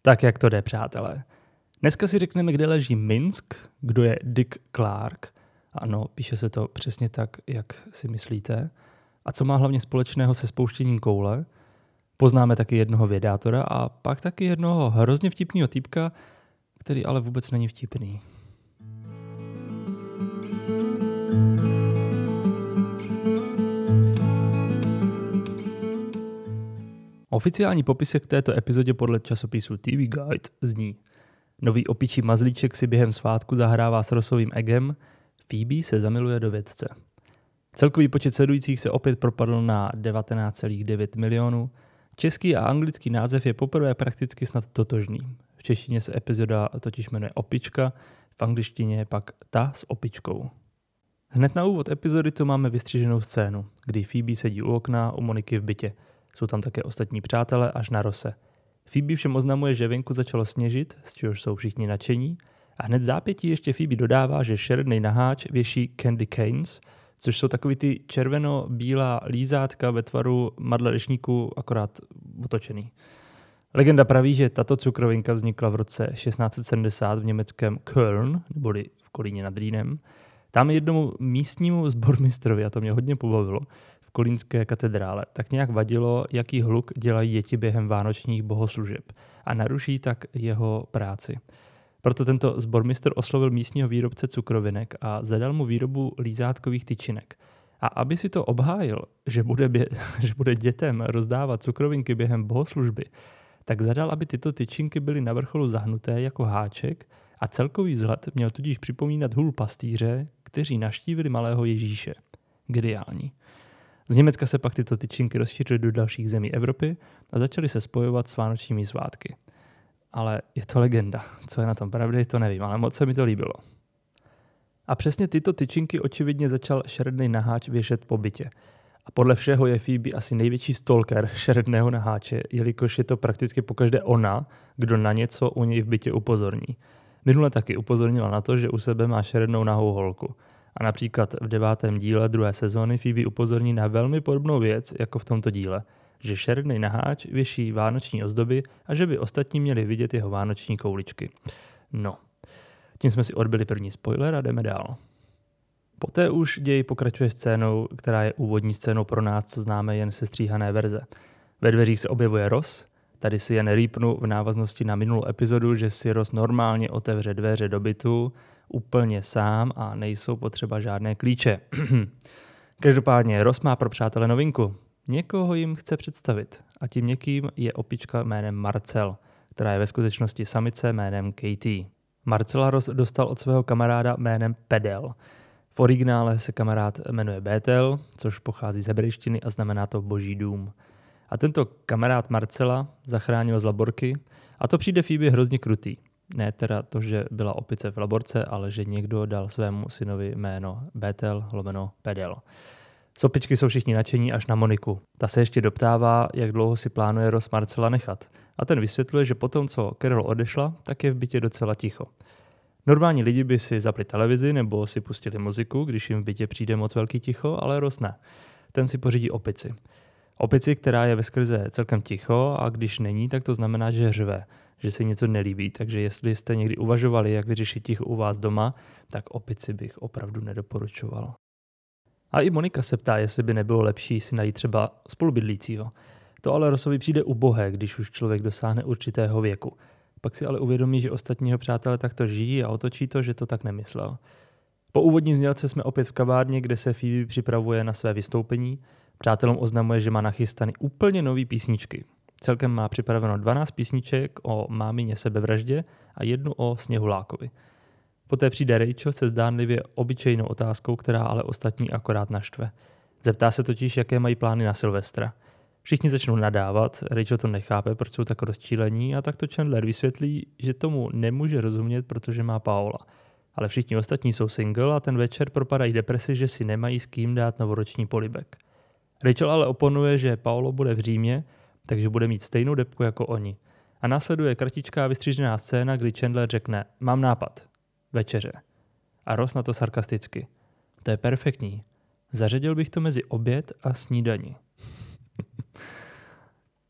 Tak jak to jde, přátelé. Dneska si řekneme, kde leží Minsk, kdo je Dick Clark. Ano, píše se to přesně tak, jak si myslíte. A co má hlavně společného se spouštěním koule. Poznáme taky jednoho vědátora a pak taky jednoho hrozně vtipného týpka, který ale vůbec není vtipný. Oficiální popisek k této epizodě podle časopisu TV Guide zní: nový opičí mazlíček si během svátku zahrává s Rossovým eggem, Phoebe se zamiluje do vědce. Celkový počet sledujících se opět propadl na 19,9 milionů. Český a anglický název je poprvé prakticky snad totožný. V češtině se epizoda totiž jmenuje Opička, v angličtině je pak Ta s opičkou. Hned na úvod epizody tu máme vystřiženou scénu, kdy Phoebe sedí u okna u Moniky v bytě. Jsou tam také ostatní přátelé až na Rosse. Phoebe všem oznamuje, že venku začalo sněžit, z čehož jsou všichni nadšení, a hned v zápětí ještě Phoebe dodává, že šerednej naháč věší candy canes, což jsou takový ty červeno-bílá lízátka ve tvaru madla dešníku, akorát otočený. Legenda praví, že tato cukrovinka vznikla v roce 1670 v německém Köln, neboli v Kolíně nad Rýnem. Tam jednomu místnímu sbormistrovi, a to mě hodně pobavilo, v kolínské katedrále, tak nějak vadilo, jaký hluk dělají děti během vánočních bohoslužeb a naruší tak jeho práci. Proto tento sbormistr oslovil místního výrobce cukrovinek a zadal mu výrobu lízátkových tyčinek. A aby si to obhájil, že bude dětem rozdávat cukrovinky během bohoslužby, tak zadal, aby tyto tyčinky byly na vrcholu zahnuté jako háček a celkový vzhled měl tudíž připomínat hůl pastýře, kteří navštívili malého Ježíše. Geniální. Z Německa se pak tyto tyčinky rozšířily do dalších zemí Evropy a začaly se spojovat s vánočními svátky. Ale je to legenda. Co je na tom pravdy, to nevím, ale moc se mi to líbilo. A přesně tyto tyčinky očividně začal šerednej naháč věšet po bytě. A podle všeho je Phoebe asi největší stalker šeredného naháče, jelikož je to prakticky pokaždé ona, kdo na něco u něj v bytě upozorní. Minule taky upozornila na to, že u sebe má šerednou nahou holku. A například v 9. díle 2. sezóny Phoebe upozorní na velmi podobnou věc jako v tomto díle, že šerednej naháč věší vánoční ozdoby a že by ostatní měli vidět jeho vánoční kouličky. No, tím jsme si odbyli první spoiler a jdeme dál. Poté už děj pokračuje scénou, která je úvodní scénou pro nás, co známe jen se stříhané verze. Ve dveřích se objevuje Ross, tady si jen rýpnu v návaznosti na minulou epizodu, že si Ross normálně otevře dveře do bytu úplně sám a nejsou potřeba žádné klíče. Každopádně Ross má pro přátele novinku. Někoho jim chce představit a tím někým je opička jménem Marcel, která je ve skutečnosti samice jménem Katie. Marcela Ross dostal od svého kamaráda jménem Pedel. V originále se kamarád jmenuje Bétel, což pochází z hebrejštiny a znamená to boží dům. A tento kamarád Marcela zachránil z laborky a to přijde Phoebe hrozně krutý. Ne teda to, že byla opice v laborce, ale že někdo dal svému synovi jméno Bétel/Pedel. Z opičky jsou všichni nadšení až na Moniku. Ta se ještě doptává, jak dlouho si plánuje Ross Marcela nechat. A ten vysvětluje, že potom, co Carol odešla, tak je v bytě docela ticho. Normální lidi by si zapli televizi nebo si pustili muziku, když jim v bytě přijde moc velký ticho, ale Ross ne. Ten si pořídí opici. Opici, která je veskrze celkem ticho a když není, tak to znamená, že řve, že se něco nelíbí. Takže jestli jste někdy uvažovali, jak vyřešit ticho u vás doma, tak opici bych opravdu nedoporučoval. A i Monika se ptá, jestli by nebylo lepší si najít třeba spolubydlícího. To ale Rossovi přijde ubohé, když už člověk dosáhne určitého věku. Pak si ale uvědomí, že ostatního přátelé takto žijí a otočí to, že to tak nemyslel. Po úvodní znělce jsme opět v kavárně, kde se Phoebe připravuje na své vystoupení. Přátelům oznamuje, že má nachystaný úplně nový písničky. Celkem má připraveno 12 písniček o mámině sebevraždě a jednu o Sněhulákovi. Poté přijde Rachel se zdánlivě obyčejnou otázkou, která ale ostatní akorát naštve. Zeptá se totiž, jaké mají plány na Silvestra. Všichni začnou nadávat, Rachel to nechápe, proč jsou tak rozčílení a tak to Chandler vysvětlí, že tomu nemůže rozumět, protože má Paola. Ale všichni ostatní jsou single a ten večer propadají depresi, že si nemají s kým dát novoroční polibek. Rachel ale oponuje, že Paolo bude v Římě, takže bude mít stejnou depku jako oni. A následuje kratičká vystřížená scéna, kdy Chandler řekne: mám nápad. Večeře. A Ross na to sarkasticky: to je perfektní. Zařadil bych to mezi oběd a snídani.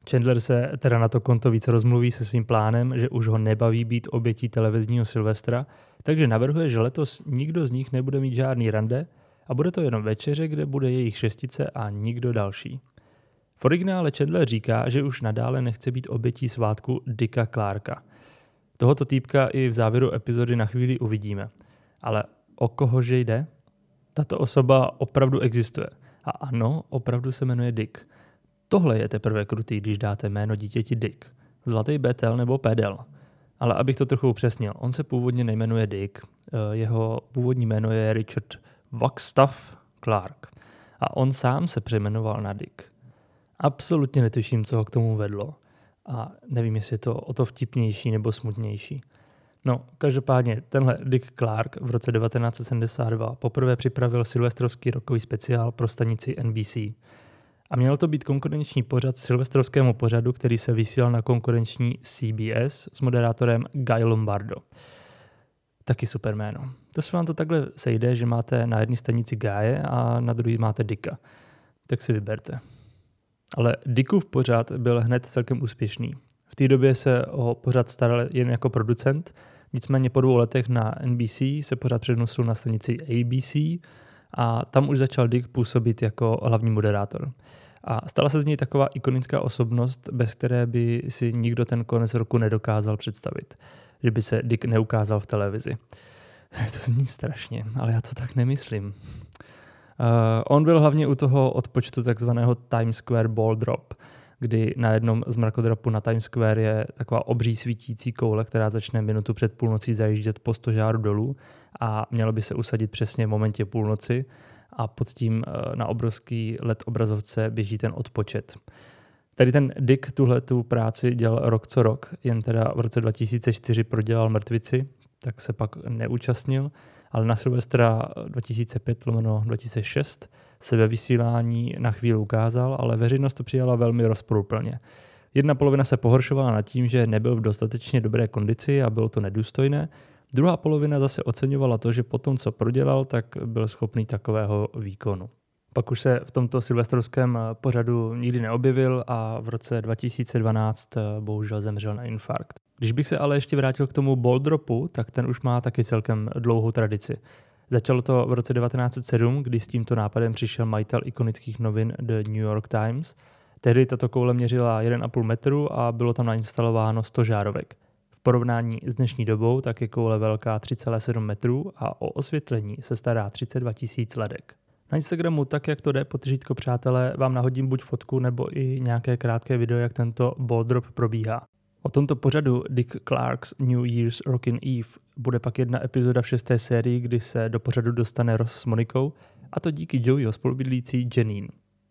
Chandler se teda na to konto víc rozmluví se svým plánem, že už ho nebaví být obětí televizního Silvestra, takže navrhuje, že letos nikdo z nich nebude mít žádný rande a bude to jenom večeře, kde bude jejich šestice a nikdo další. V originále Chandler říká, že už nadále nechce být obětí svátku Dicka Clarka. Tohoto týpka i v závěru epizody na chvíli uvidíme. Ale o kohože jde? Tato osoba opravdu existuje. A ano, opravdu se jmenuje Dick. Tohle je teprve krutý, když dáte jméno dítěti Dick. Zlatý Betel nebo Pedel. Ale abych to trochu upřesnil, on se původně nejmenuje Dick. Jeho původní jméno je Richard Wagstaff Clark. A on sám se přejmenoval na Dick. Absolutně netuším, co ho k tomu vedlo. A nevím, jestli je to o to vtipnější nebo smutnější. No, každopádně tenhle Dick Clark v roce 1972 poprvé připravil silvestrovský rockový speciál pro stanici NBC. A měl to být konkurenční pořad silvestrovskému pořadu, který se vysílal na konkurenční CBS s moderátorem Guy Lombardo. Taky super jméno. To se vám to takhle sejde, že máte na jedné stanici Guye a na druhé máte Dicka. Tak si vyberte. Ale Dickův pořad byl hned celkem úspěšný. V té době se o pořad staral jen jako producent, nicméně po 2 letech na NBC se pořad přenosil na stanici ABC a tam už začal Dick působit jako hlavní moderátor. A stala se z něj taková ikonická osobnost, bez které by si nikdo ten konec roku nedokázal představit. Že by se Dick neukázal v televizi. To zní strašně, ale já to tak nemyslím. On byl hlavně u toho odpočtu takzvaného Times Square Ball Drop, kdy na jednom z mrakodrapů na Times Square je taková obří svítící koule, která začne minutu před půlnocí zajíždět po stožáru dolů a mělo by se usadit přesně v momentě půlnoci a pod tím na obrovský LED obrazovce běží ten odpočet. Tady ten Dick tuhletu práci dělal rok co rok, jen teda v roce 2004 prodělal mrtvici, tak se pak neúčastnil, ale na Silvestra 2005/2006 se ve vysílání na chvíli ukázal, ale veřejnost to přijala velmi rozporuplně. Jedna polovina se pohoršovala nad tím, že nebyl v dostatečně dobré kondici a bylo to nedůstojné. Druhá polovina zase oceňovala to, že po tom, co prodělal, tak byl schopný takového výkonu. Pak už se v tomto silvestrovském pořadu nikdy neobjevil a v roce 2012 bohužel zemřel na infarkt. Když bych se ale ještě vrátil k tomu ball dropu, tak ten už má taky celkem dlouhou tradici. Začalo to v roce 1907, kdy s tímto nápadem přišel majitel ikonických novin The New York Times. Tehdy tato koule měřila 1,5 metru a bylo tam nainstalováno 100 žárovek. V porovnání s dnešní dobou tak je koule velká 3,7 metrů a o osvětlení se stará 32 000 ledek. Na Instagramu, tak jak to jde, potržítko přátelé, vám nahodím buď fotku nebo i nějaké krátké video, jak tento ball drop probíhá. O tomto pořadu Dick Clark's New Year's Rockin' Eve bude pak jedna epizoda v 6. sérii, kdy se do pořadu dostane Ross s Monikou, a to díky Joeyho spolubydlící Janine.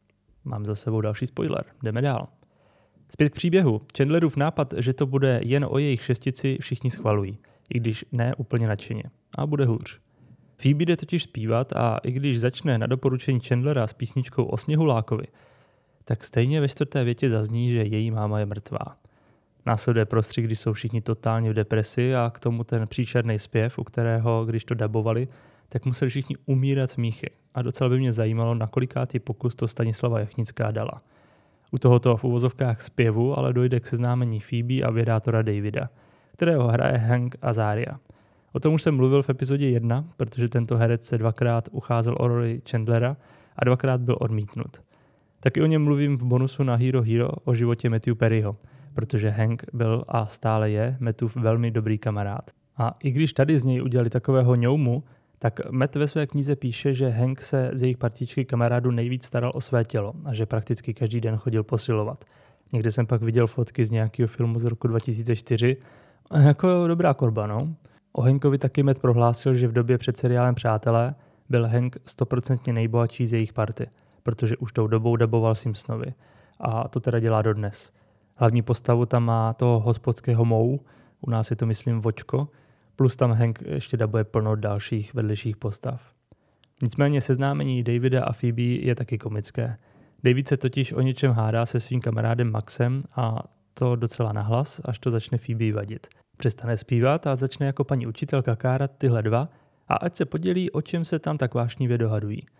Mám za sebou další spoiler, jdeme dál. Zpět k příběhu. Chandlerův nápad, že to bude jen o jejich šestici, všichni schvalují, i když ne úplně nadšeně. A bude hůř. Phoebe jde totiž zpívat a i když začne na doporučení Chandlera s písničkou o Sněhulákovi, tak stejně ve 4. větě zazní, že její máma je mrtvá. Následuje prostřih, když jsou všichni totálně v depresi a k tomu ten příšerný zpěv, u kterého, když to dabovali, tak museli všichni umírat smíchy. A docela by mě zajímalo, na kolikátý pokus to Stanislava Jachnická dala. U tohoto v uvozovkách zpěvu ale dojde k seznámení Phoebe a vědátora Davida, kterého hraje Hank Azaria. O tom už jsem mluvil v epizodě 1, protože tento herec se 2krát ucházel o roli Chandlera a 2krát byl odmítnut. Taky o něm mluvím v bonusu na Hero Hero o životě Matthew Perryho, protože Hank byl a stále je Mattův velmi dobrý kamarád. A i když tady z něj udělali takového ňoumu, tak Matt ve své knize píše, že Hank se z jejich partičky kamarádů nejvíc staral o své tělo a že prakticky každý den chodil posilovat. Někde jsem pak viděl fotky z nějakého filmu z roku 2004 a jako dobrá korba, no. O Hankovi taky Matt prohlásil, že v době před seriálem Přátelé byl Hank 100% nejbohatší z jejich party, protože už tou dobou daboval Simpsonovi. A to teda dělá dodnes. Hlavní postavu tam má toho hospodského Mou, u nás je to myslím Vočko, plus tam Hank ještě dabuje plno dalších vedlejších postav. Nicméně seznámení Davida a Phoebe je taky komické. David se totiž o něčem hádá se svým kamarádem Maxem a to docela nahlas, až to začne Phoebe vadit. Přestane zpívat a začne jako paní učitelka kárat tyhle dva a ať se podělí, o čem se tam tak vášnivě dohadují.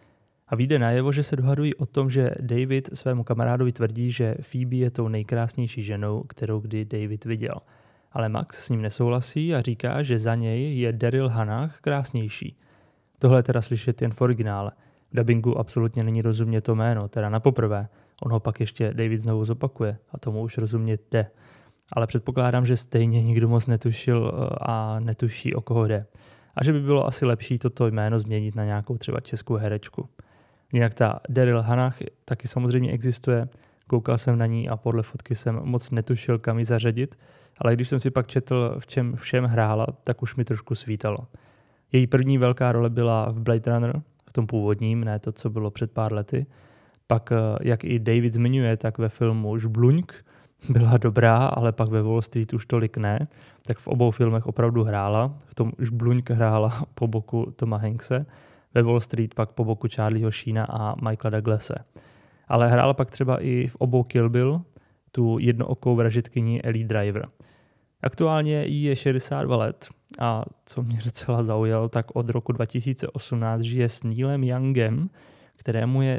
A vyjde najevo, že se dohadují o tom, že David svému kamarádovi tvrdí, že Phoebe je tou nejkrásnější ženou, kterou kdy David viděl. Ale Max s ním nesouhlasí a říká, že za něj je Daryl Hannah krásnější. Tohle je teda slyšet jen v originále. V dabingu absolutně není rozumět to jméno, teda na poprvé. On ho pak ještě David znovu zopakuje a tomu už rozumět jde. Ale předpokládám, že stejně nikdo moc netušil a netuší, o koho jde. A že by bylo asi lepší toto jméno změnit na nějakou třeba českou herečku. Jinak ta Daryl Hannah taky samozřejmě existuje, koukal jsem na ní a podle fotky jsem moc netušil, kam ji zařadit, ale když jsem si pak četl, v čem všem hrála, tak už mi trošku svítalo. Její první velká role byla v Blade Runner, v tom původním, ne to, co bylo před pár lety. Pak, jak i David zmiňuje, tak ve filmu Žbluňk byla dobrá, ale pak ve Wall Street už tolik ne, tak v obou filmech opravdu hrála. V tom Žbluňk hrála po boku Toma Hankse, ve Wall Street pak po boku Charlieho Sheena a Michaela Douglase. Ale hrála pak třeba i v obou Kill Bill, tu jednookou vražedkyni Ellie Driver. Aktuálně jí je 62 let a co mě docela zaujalo, tak od roku 2018 žije s Neilem Youngem, kterému je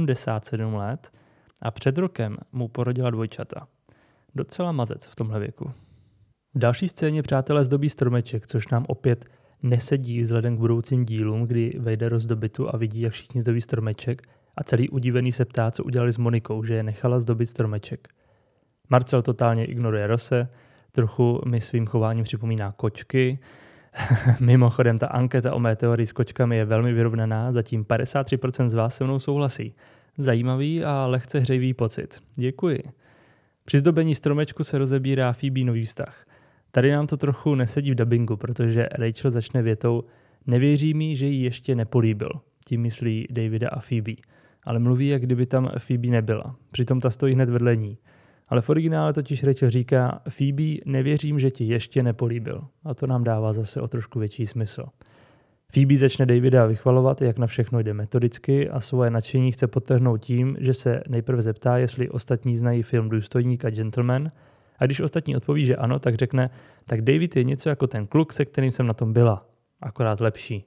77 let a před rokem mu porodila dvojčata. Docela mazec v tomhle věku. V další scéně přátelé zdobí stromeček, což nám opět nesedí vzhledem k budoucím dílům, kdy vejde do bytu a vidí, jak všichni zdobí stromeček a celý udivený se ptá, co udělali s Monikou, že je nechala zdobit stromeček. Marcel totálně ignoruje Rose, trochu mi svým chováním připomíná kočky. Mimochodem, ta anketa o mé teorii s kočkami je velmi vyrovnaná, zatím 53% z vás se mnou souhlasí. Zajímavý a lehce hřejivý pocit. Děkuji. Při zdobení stromečku se rozebírá Phoebe nový vztah. Tady nám to trochu nesedí v dabingu, protože Rachel začne větou nevěří mi, že ji ještě nepolíbil. Tím myslí Davida a Phoebe. Ale mluví, jak kdyby tam Phoebe nebyla. Přitom ta stojí hned vedle ní. Ale v originále totiž Rachel říká Phoebe, nevěřím, že ti ještě nepolíbil. A to nám dává zase o trošku větší smysl. Phoebe začne Davida vychvalovat, jak na všechno jde metodicky a svoje nadšení chce podtrhnout tím, že se nejprve zeptá, jestli ostatní znají film Důstojník a Gentleman, a když ostatní odpoví, že ano, tak řekne, tak David je něco jako ten kluk, se kterým jsem na tom byla, akorát lepší.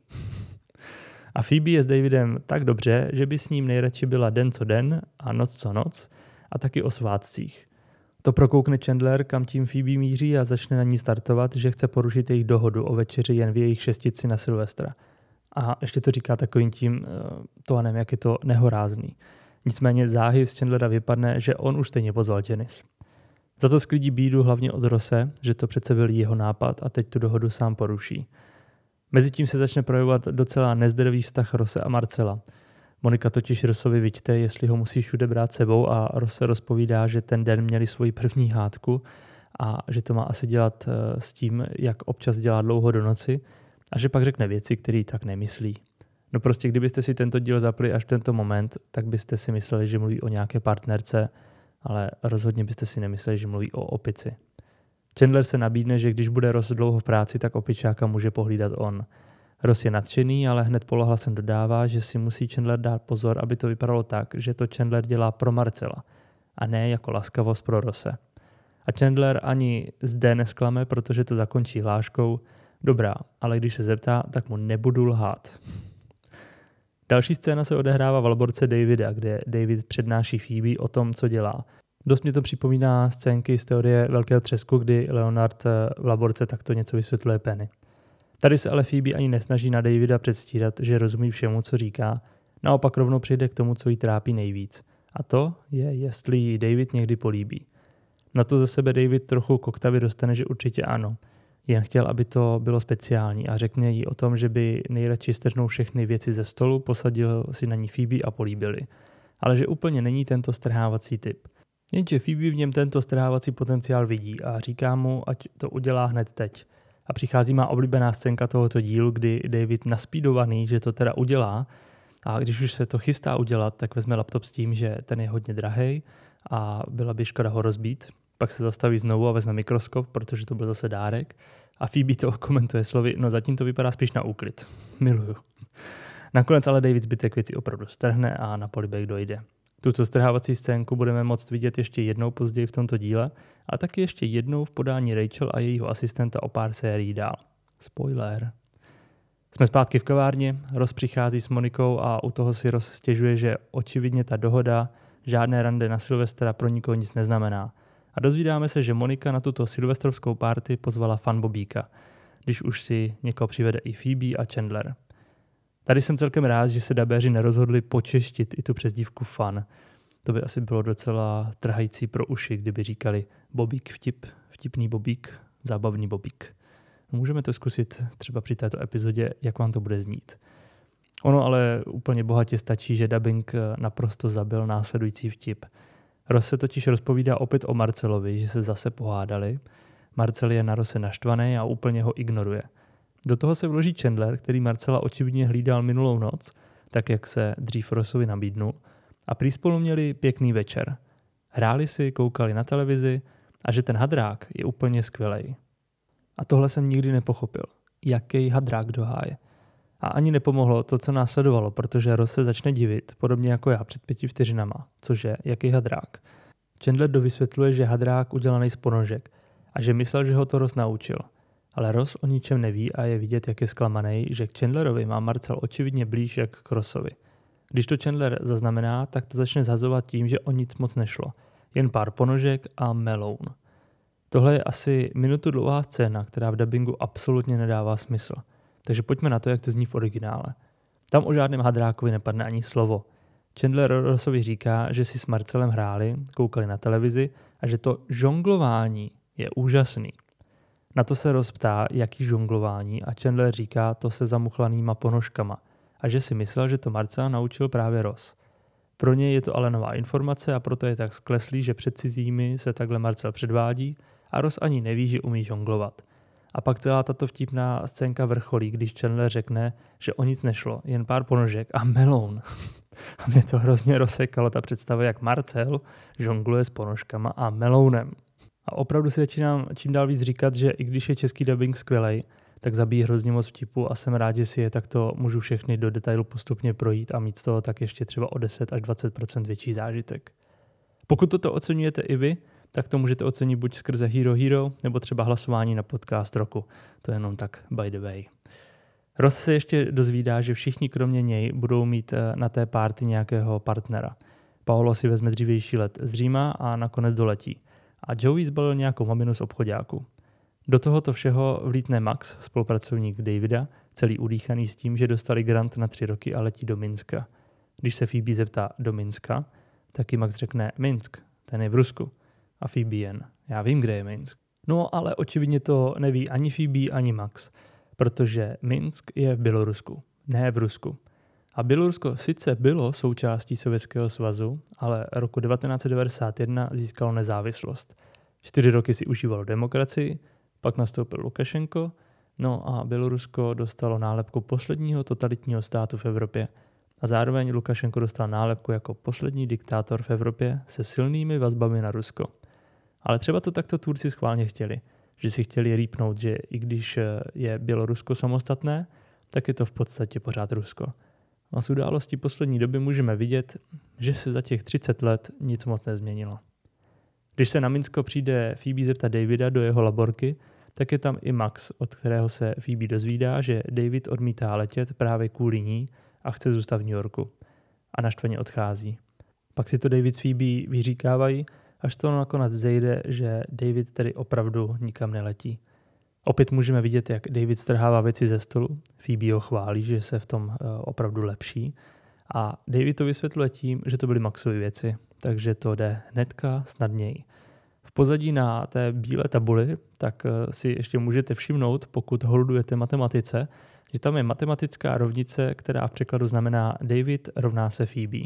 A Phoebe je s Davidem tak dobře, že by s ním nejradši byla den co den a noc co noc a taky o svátcích. To prokoukne Chandler, kam tím Phoebe míří a začne na ní startovat, že chce porušit jejich dohodu o večeři jen v jejich šestici na Silvestra. A ještě to říká takovým tím tónem, jak je to nehorázný. Nicméně záhy z Chandlera vypadne, že on už stejně pozval Janice. Za to sklidí bídu hlavně od Rose, že to přece byl jeho nápad a teď tu dohodu sám poruší. Mezitím se začne projevovat docela nezdravý vztah Rose a Marcela. Monika totiž Rossovi vyčte, jestli ho musí všude brát sebou a Rose rozpovídá, že ten den měli svoji první hádku a že to má asi dělat s tím, jak občas dělá dlouho do noci a že pak řekne věci, které tak nemyslí. No prostě, kdybyste si tento díl zapli až v tento moment, tak byste si mysleli, že mluví o nějaké partnerce, ale rozhodně byste si nemysleli, že mluví o opici. Chandler se nabídne, že když bude Ross dlouho v práci, tak opičáka může pohlídat on. Ross je nadšený, ale hned polohlasem dodává, že si musí Chandler dát pozor, aby to vypadalo tak, že to Chandler dělá pro Marcela a ne jako laskavost pro Rosse. A Chandler ani zde nesklame, protože to zakončí hláškou dobrá, ale když se zeptá, tak mu nebudu lhát. Další scéna se odehrává v laborce Davida, kde David přednáší Phoebe o tom, co dělá. Dost mě to připomíná scénky z teorie Velkého třesku, kdy Leonard v laborce takto něco vysvětluje Penny. Tady se ale Phoebe ani nesnaží na Davida předstírat, že rozumí všemu, co říká, naopak rovnou přijde k tomu, co jí trápí nejvíc. A to je, jestli jí David někdy políbí. Na to ze sebe David trochu koktavě dostane, že určitě ano. Jen chtěl, aby to bylo speciální a řekne jí o tom, že by nejradši strhnul všechny věci ze stolu, posadil si na ní Phoebe a políbili. Ale že úplně není tento strhávací typ. Jenže Phoebe v něm tento strhávací potenciál vidí a říká mu, ať to udělá hned teď. A přichází má oblíbená scénka tohoto dílu, kdy David naspídovaný, že to teda udělá, a když už se to chystá udělat, tak vezme laptop s tím, že ten je hodně drahej a byla by škoda ho rozbít. Pak se zastaví znovu a vezme mikroskop, protože to byl zase dárek. A Phoebe to komentuje slovy, no zatím to vypadá spíš na úklid. Miluju. Nakonec ale David zbytek věcí opravdu strhne a na polibek dojde. Tuto strhávací scénku budeme moct vidět ještě jednou později v tomto díle a taky ještě jednou v podání Rachel a jejího asistenta o pár sérií dál. Spoiler. Jsme zpátky v kavárně, Ross přichází s Monikou a u toho si Ross stěžuje, že očividně ta dohoda, žádné rande na Silvestra pro nikoho nic neznamená. A dozvídáme se, že Monika na tuto silvestrovskou party pozvala fan Bobíka, když už si někoho přivede i Phoebe a Chandler. Tady jsem celkem rád, že se dabéři nerozhodli počeštit i tu přezdívku fan. To by asi bylo docela trhající pro uši, kdyby říkali Bobík vtipný Bobík, zábavný Bobík. Můžeme to zkusit třeba při této epizodě, jak vám to bude znít. Ono ale úplně bohatě stačí, že dubbing naprosto zabil následující vtip. Ross se totiž rozpovídá opět o Marcelovi, že se zase pohádali. Marcel je na Rosse naštvaný a úplně ho ignoruje. Do toho se vloží Chandler, který Marcela očividně hlídal minulou noc, tak jak se dřív Rossovi nabídnul, a prý spolu měli pěkný večer. Hráli si, koukali na televizi a že ten hadrák je úplně skvělej. A tohle jsem nikdy nepochopil. Jaký hadrák do háje. A ani nepomohlo to, co následovalo, protože Ross se začne divit, podobně jako já před 5 vteřinama, cože, jaký hadrák. Chandler dovysvětluje, že hadrák udělaný z ponožek a že myslel, že ho to Ross naučil. Ale Ross o ničem neví a je vidět, jak je zklamaný, že k Chandlerovi má Marcel očividně blíž jak k Rossovi. Když to Chandler zaznamená, tak to začne zhazovat tím, že o nic moc nešlo. Jen pár ponožek a meloun. Tohle je asi minutu dlouhá scéna, která v dabingu absolutně nedává smysl. Takže pojďme na to, jak to zní v originále. Tam o žádném hadrákovi nepadne ani slovo. Chandler Rossovi říká, že si s Marcelem hráli, koukali na televizi a že to žonglování je úžasný. Na to se Ross ptá, jaký žonglování, a Chandler říká to se zamuchlanýma ponožkama a že si myslel, že to Marcela naučil právě Ross. Pro něj je to ale nová informace a proto je tak skleslý, že před cizími se takhle Marcel předvádí a Ross ani neví, že umí žonglovat. A pak celá tato vtipná scénka vrcholí, když Chandler řekne, že o nic nešlo, jen pár ponožek a meloun. A mě to hrozně rozsekalo, ta představa, jak Marcel žongluje s ponožkama a melounem. A opravdu si začínám čím dál víc říkat, že i když je český dubbing skvělej, tak zabíjí hrozně moc vtipů a jsem rád, že si je takto můžu všechny do detailu postupně projít a mít z toho tak ještě třeba o 10 až 20% větší zážitek. Pokud toto oceňujete i vy, tak to můžete ocenit buď skrze Hero Hero, nebo třeba hlasování na podcast roku. To je jenom tak by the way. Ross se ještě dozvídá, že všichni kromě něj budou mít na té party nějakého partnera. Paolo si vezme dřívější let z Říma a nakonec doletí. A Joey zbalil nějakou maminu z obchoďáku. Do tohoto všeho vlítne Max, spolupracovník Davida, celý udýchaný s tím, že dostali grant na 3 roky a letí do Minska. Když se Phoebe zeptá do Minska, taky Max řekne Minsk, ten je v Rusku. A Phoebe jen, já vím, kde je Minsk. No ale očividně to neví ani Phoebe, ani Max, protože Minsk je v Bělorusku, ne v Rusku. A Bělorusko sice bylo součástí Sovětského svazu, ale roku 1991 získalo nezávislost. 4 roky si užívalo demokracii, pak nastoupil Lukašenko, no a Bělorusko dostalo nálepku posledního totalitního státu v Evropě. A zároveň Lukašenko dostal nálepku jako poslední diktátor v Evropě se silnými vazbami na Rusko. Ale třeba to takto Turci schválně chtěli, že si chtěli rýpnout, že i když je Bělorusko samostatné, tak je to v podstatě pořád Rusko. A z událostí poslední doby můžeme vidět, že se za těch 30 let nic moc nezměnilo. Když se na Minsko přijde Phoebe zeptat Davida do jeho laborky, tak je tam i Max, od kterého se Phoebe dozvídá, že David odmítá letět právě kvůli ní a chce zůstat v New Yorku. A naštvaně odchází. Pak si to David s Phoebe vyříkávají, až to nakonec zejde, že David tedy opravdu nikam neletí. Opět můžeme vidět, jak David strhává věci ze stolu. Phoebe ho chválí, že se v tom opravdu lepší. A David to vysvětluje tím, že to byly Maxovy věci, takže to jde hnedka snadněji. V pozadí na té bílé tabuli tak si ještě můžete všimnout, pokud holdujete matematice, že tam je matematická rovnice, která v překladu znamená David rovná se Phoebe.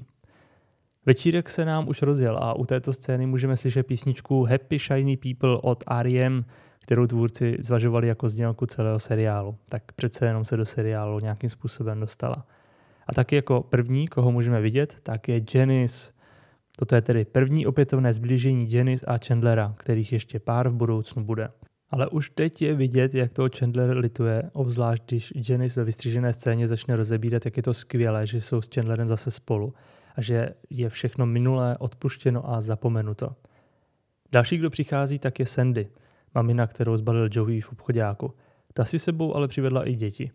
Večírek se nám už rozjel a u této scény můžeme slyšet písničku Happy Shiny People od R.E.M., kterou tvůrci zvažovali jako znělku celého seriálu. Tak přece jenom se do seriálu nějakým způsobem dostala. A taky jako první, koho můžeme vidět, tak je Janice. Toto je tedy první opětovné zblížení Janice a Chandlera, kterých ještě pár v budoucnu bude. Ale už teď je vidět, jak toho Chandler lituje, obzvlášť když Janice ve vystřížené scéně začne rozebírat, jak je to skvělé, že jsou s Chandlerem zase spolu a že je všechno minulé, odpuštěno a zapomenuto. Další, kdo přichází, tak je Sandy, mamina, kterou zbalil Joey v obchoďáku. Ta si sebou ale přivedla i děti.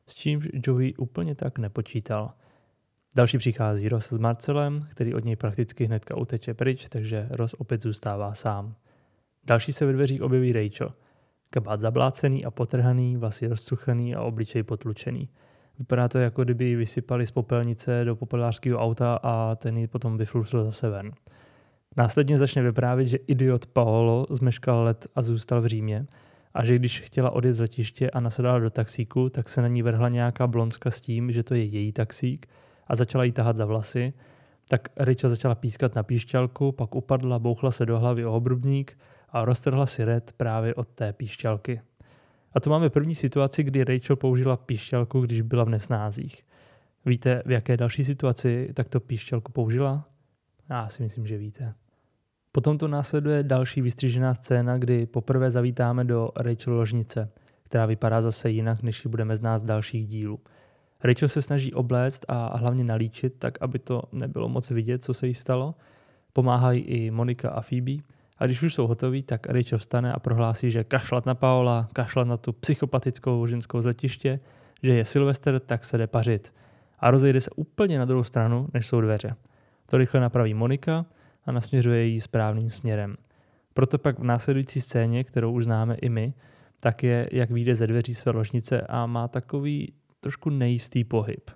s čímž Joey úplně tak nepočítal. Další přichází Ross s Marcelem, který od něj prakticky hnedka uteče pryč, takže Ross opět zůstává sám. Další se ve dveřích objeví Rachel. Kabát zablácený a potrhaný, vlasy rozcuchaný a obličej potlučený. Vypadá to, jako kdyby ji vysypali z popelnice do popelářského auta a ten ji potom vyflusl zase ven. Následně začne vyprávět, že idiot Paolo zmeškal let a zůstal v Římě a že když chtěla odjet z letiště a nasedala do taxíku, tak se na ní vrhla nějaká blondska s tím, že to je její taxík a začala jí tahat za vlasy. Tak Rachel začala pískat na píšťalku, pak upadla, bouchla se do hlavy o obrubník a roztrhla si red právě od té píšťalky. A to máme první situaci, kdy Rachel použila píšťalku, když byla v nesnázích. Víte, v jaké další situaci takto píšťalku použila? Já si myslím, že víte. Potom to následuje další vystřížená scéna, kdy poprvé zavítáme do Rachel ložnice, která vypadá zase jinak, než ji budeme znát z dalších dílů. Rachel se snaží obléct a hlavně nalíčit, tak aby to nebylo moc vidět, co se jí stalo. Pomáhají i Monika a Phoebe. A když už jsou hotoví, tak Rachel vstane a prohlásí, že kašlat na Paola, kašlat na tu psychopatickou ženskou z letiště, že je Sylvester, tak se jde pařit. A rozejde se úplně na druhou stranu, než jsou dveře. To rychle napraví Monika a nasměřuje ji správným směrem. Proto pak v následující scéně, kterou už známe i my, tak je, jak vyjde ze dveří své ložnice a má takový trošku nejistý pohyb.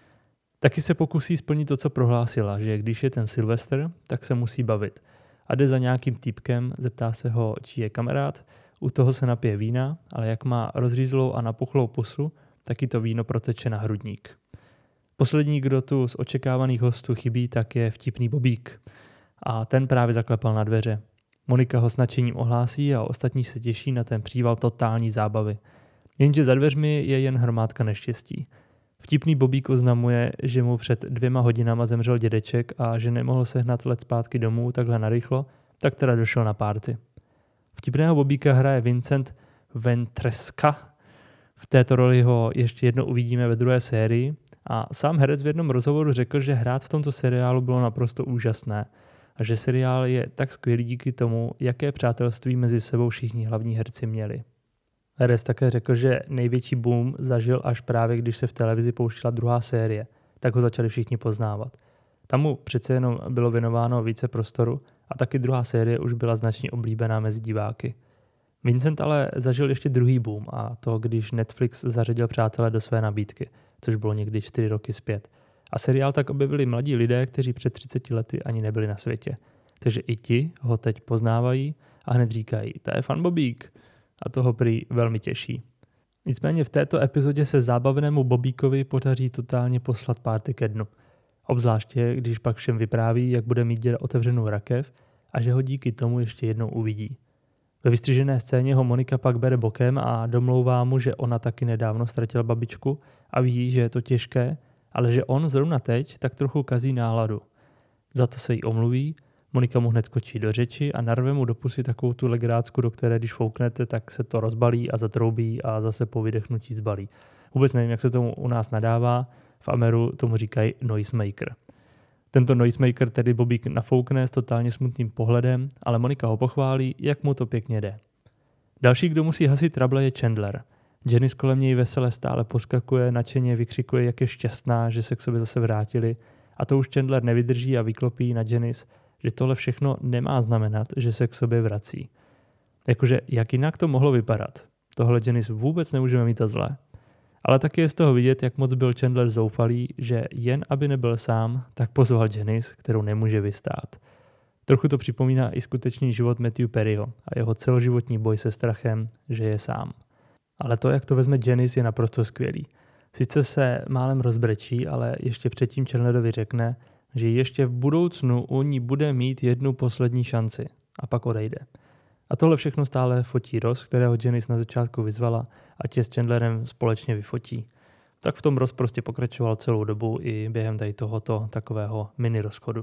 Taky se pokusí splnit to, co prohlásila, že když je ten Sylvester, tak se musí bavit. A jde za nějakým týpkem, zeptá se ho, čí je kamarád, u toho se napije vína, ale jak má rozřízlou a napuchlou pusu, taky to víno proteče na hrudník. Poslední, kdo tu z očekávaných hostů chybí, tak je vtipný Bobík. A ten právě zaklepal na dveře. Monika ho s nadšením ohlásí a ostatní se těší na ten příval totální zábavy. Jenže za dveřmi je jen hromádka neštěstí. Vtipný Bobík oznamuje, že mu před 2 hodinama zemřel dědeček a že nemohl sehnat let zpátky domů takhle narychlo, tak teda došel na párty. Vtipného Bobíka hraje Vincent Ventreska. V této roli ho ještě jednou uvidíme ve 2. sérii a sám herec v jednom rozhovoru řekl, že hrát v tomto seriálu bylo naprosto úžasné a že seriál je tak skvělý díky tomu, jaké přátelství mezi sebou všichni hlavní herci měli. Herec také řekl, že největší boom zažil až právě, když se v televizi pouštila 2. série, tak ho začali všichni poznávat. Tam mu přece jenom bylo věnováno více prostoru a taky 2. série už byla značně oblíbená mezi diváky. Vincent ale zažil ještě druhý boom a to, když Netflix zařadil Přátelé do své nabídky, což bylo někdy 4 roky zpět. A seriál tak objevili mladí lidé, kteří před 30 lety ani nebyli na světě. Takže i ti ho teď poznávají a hned říkají, to je fan Bobík. A toho prý velmi těší. Nicméně v této epizodě se zábavnému Bobíkovi podaří totálně poslat párty ke dnu. Obzvláště, když pak všem vypráví, jak bude mít děda otevřenou rakev a že ho díky tomu ještě jednou uvidí. Ve vystřižené scéně ho Monika pak bere bokem a domlouvá mu, že ona taky nedávno ztratila babičku a ví, že je to těžké, ale že on zrovna teď tak trochu kazí náladu. Za to se jí omluví, Monika mu hned skočí do řeči a narve mu do pusy takovou tu legrácku, do které když fouknete, tak se to rozbalí a zatroubí a zase po vydechnutí zbalí. Vůbec nevím, jak se tomu u nás nadává, v Ameru tomu říkají noisemaker. Tento noisemaker tedy Bobík nafoukne s totálně smutným pohledem, ale Monika ho pochválí, jak mu to pěkně jde. Další, kdo musí hasit trable, je Chandler. Janice kolem něj vesele stále poskakuje, nadšeně vykřikuje, jak je šťastná, že se k sobě zase vrátili. A to už Chandler nevydrží a vyklopí na Janice, že tohle všechno nemá znamenat, že se k sobě vrací. Jakože jak jinak to mohlo vypadat? Tohle Janice vůbec nemůžeme mít za zlé. Ale taky je z toho vidět, jak moc byl Chandler zoufalý, že jen aby nebyl sám, tak pozval Janice, kterou nemůže vystát. Trochu to připomíná i skutečný život Matthew Perryho a jeho celoživotní boj se strachem, že je sám. Ale to, jak to vezme Janice, je naprosto skvělý. Sice se málem rozbrečí, ale ještě předtím Chandlerovi řekne, že ještě v budoucnu u ní bude mít jednu poslední šanci a pak odejde. A tohle všechno stále fotí Ross, kterého Janice na začátku vyzvala a tě s Chandlerem společně vyfotí. Tak v tom Ross prostě pokračoval celou dobu i během tady tohoto takového mini rozchodu.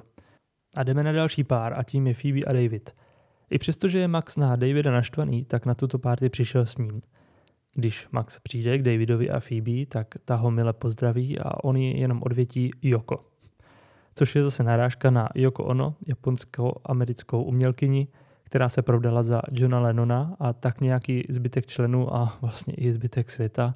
A jdeme na další pár a tím je Phoebe a David. I přestože je Max na Davida naštvaný, tak na tuto party přišel s ním. Když Max přijde k Davidovi a Phoebe, tak ta ho mile pozdraví a on ji jenom odvětí Yoko. Což je zase narážka na Yoko Ono, japonsko-americkou umělkyni, která se provdala za Johna Lennona a tak nějaký zbytek členů a vlastně i zbytek světa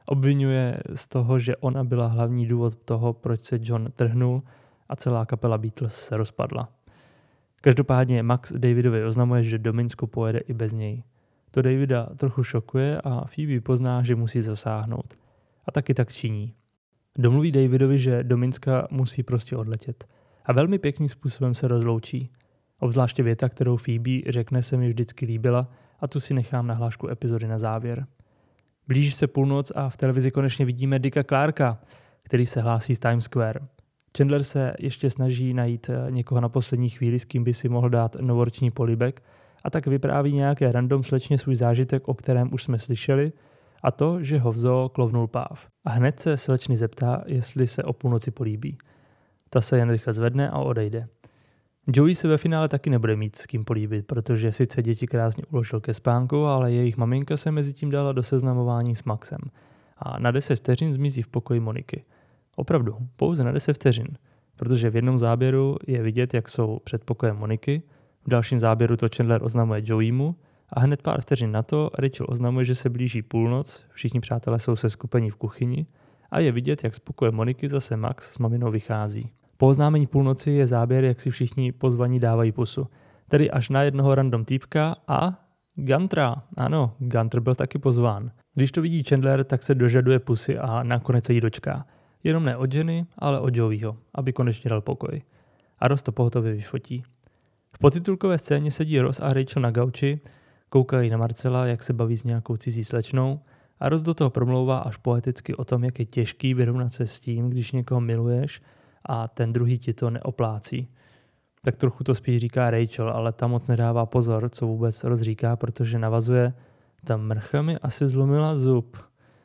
Obvinuje z toho, že ona byla hlavní důvod toho, proč se John trhnul a celá kapela Beatles se rozpadla. Každopádně Max Davidovi oznamuje, že do Minsku pojede i bez něj. To Davida trochu šokuje a Phoebe pozná, že musí zasáhnout. A taky tak činí. Domluví Davidovi, že do Minska musí prostě odletět. A velmi pěkným způsobem se rozloučí. Obzvláště věta, kterou Phoebe řekne, se mi vždycky líbila a tu si nechám na hlášku epizody na závěr. Blíží se půlnoc a v televizi konečně vidíme Dicka Clarka, který se hlásí z Times Square. Chandler se ještě snaží najít někoho na poslední chvíli, s kým by si mohl dát novoroční polibek, a tak vypráví nějaké random slečně svůj zážitek, o kterém už jsme slyšeli, a to, že ho v zoo klovnul páv. A hned se slečny zeptá, jestli se o půlnoci políbí. Ta se jen rychle zvedne a odejde. Joey se ve finále taky nebude mít s kým políbit, protože sice děti krásně uložil ke spánku, ale jejich maminka se mezi tím dala do seznamování s Maxem. A na 10 vteřin zmizí v pokoji Moniky. Opravdu, pouze na 10 vteřin, protože v jednom záběru je vidět, jak jsou před pokojem Moniky, v dalším záběru to Chandler oznamuje Joeymu a hned pár vteřin na to Rachel oznamuje, že se blíží půlnoc, všichni přátelé jsou seskupeni v kuchyni a je vidět, jak z pokoje Moniky zase Max s maminou vychází. Po oznámení půlnoci je záběr, jak si všichni pozvaní dávají pusu. Tedy až na jednoho random týpka a Guntera. Ano, Gunter byl taky pozván. Když to vidí Chandler, tak se dožaduje pusy a nakonec se jí dočká. Jenom ne od ženy, ale od Joeyho, aby konečně dal pokoj. A Ross to pohotově vyfotí. V podtitulkové scéně sedí Ross a Rachel na gauči, koukají na Marcela, jak se baví s nějakou cizí slečnou a Ross do toho promlouvá až poeticky o tom, jak je těžký vyrovnat se s tím, když někoho miluješ a ten druhý ti to neoplácí. Tak trochu to spíš říká Rachel, ale ta moc nedává pozor, co vůbec Ross říká, protože navazuje, ta mrcha mi asi zlomila zub.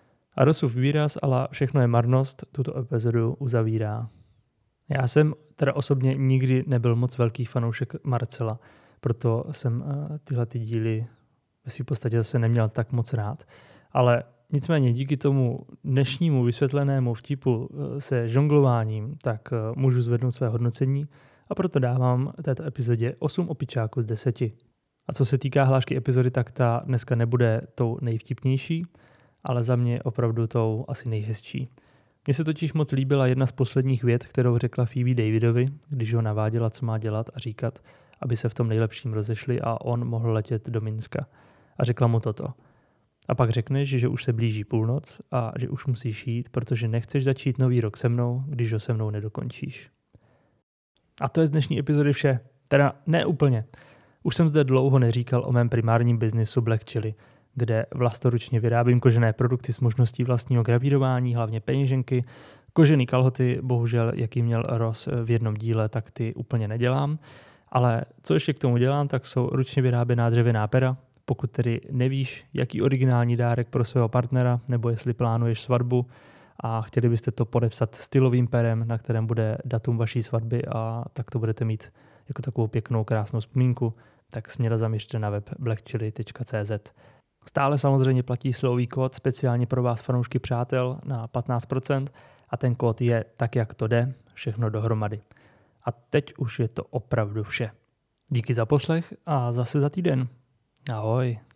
A Rossův výraz, ale všechno je marnost, tuto epizodu uzavírá. Já jsem teda osobně nikdy nebyl moc velký fanoušek Marcela, proto jsem tyhle díly ve své podstatě zase neměl tak moc rád. Ale nicméně díky tomu dnešnímu vysvětlenému vtipu se žonglováním, tak můžu zvednout své hodnocení a proto dávám této epizodě 8 opičáků z 10. A co se týká hlášky epizody, tak ta dneska nebude tou nejvtipnější, ale za mě opravdu tou asi nejhezčí. Mně se totiž moc líbila jedna z posledních vět, kterou řekla Phoebe Davidovi, když ho naváděla, co má dělat a říkat, aby se v tom nejlepším rozešli a on mohl letět do Minska. A řekla mu toto. A pak řekneš, že už se blíží půlnoc a že už musíš jít, protože nechceš začít nový rok se mnou, když ho se mnou nedokončíš. A to je z dnešní epizody vše. Teda ne úplně. Už jsem zde dlouho neříkal o mém primárním biznisu Black Chili, kde vlastoručně vyrábím kožené produkty s možností vlastního gravírování, hlavně peněženky, kožený kalhoty, bohužel, jaký měl Ross v jednom díle, tak ty úplně nedělám. Ale co ještě k tomu dělám, tak jsou ručně vyráběná dřevěná pera. Pokud tedy nevíš, jaký originální dárek pro svého partnera, nebo jestli plánuješ svatbu a chtěli byste to podepsat stylovým perem, na kterém bude datum vaší svatby a tak to budete mít jako takovou pěknou, krásnou vzpomínku, tak směle zaměřte na web blackchili.cz. Stále samozřejmě platí slový kód speciálně pro vás fanoušky přátel na 15% a ten kód je tak, jak to jde, všechno dohromady. A teď už je to opravdu vše. Díky za poslech a zase za týden. Ahoj.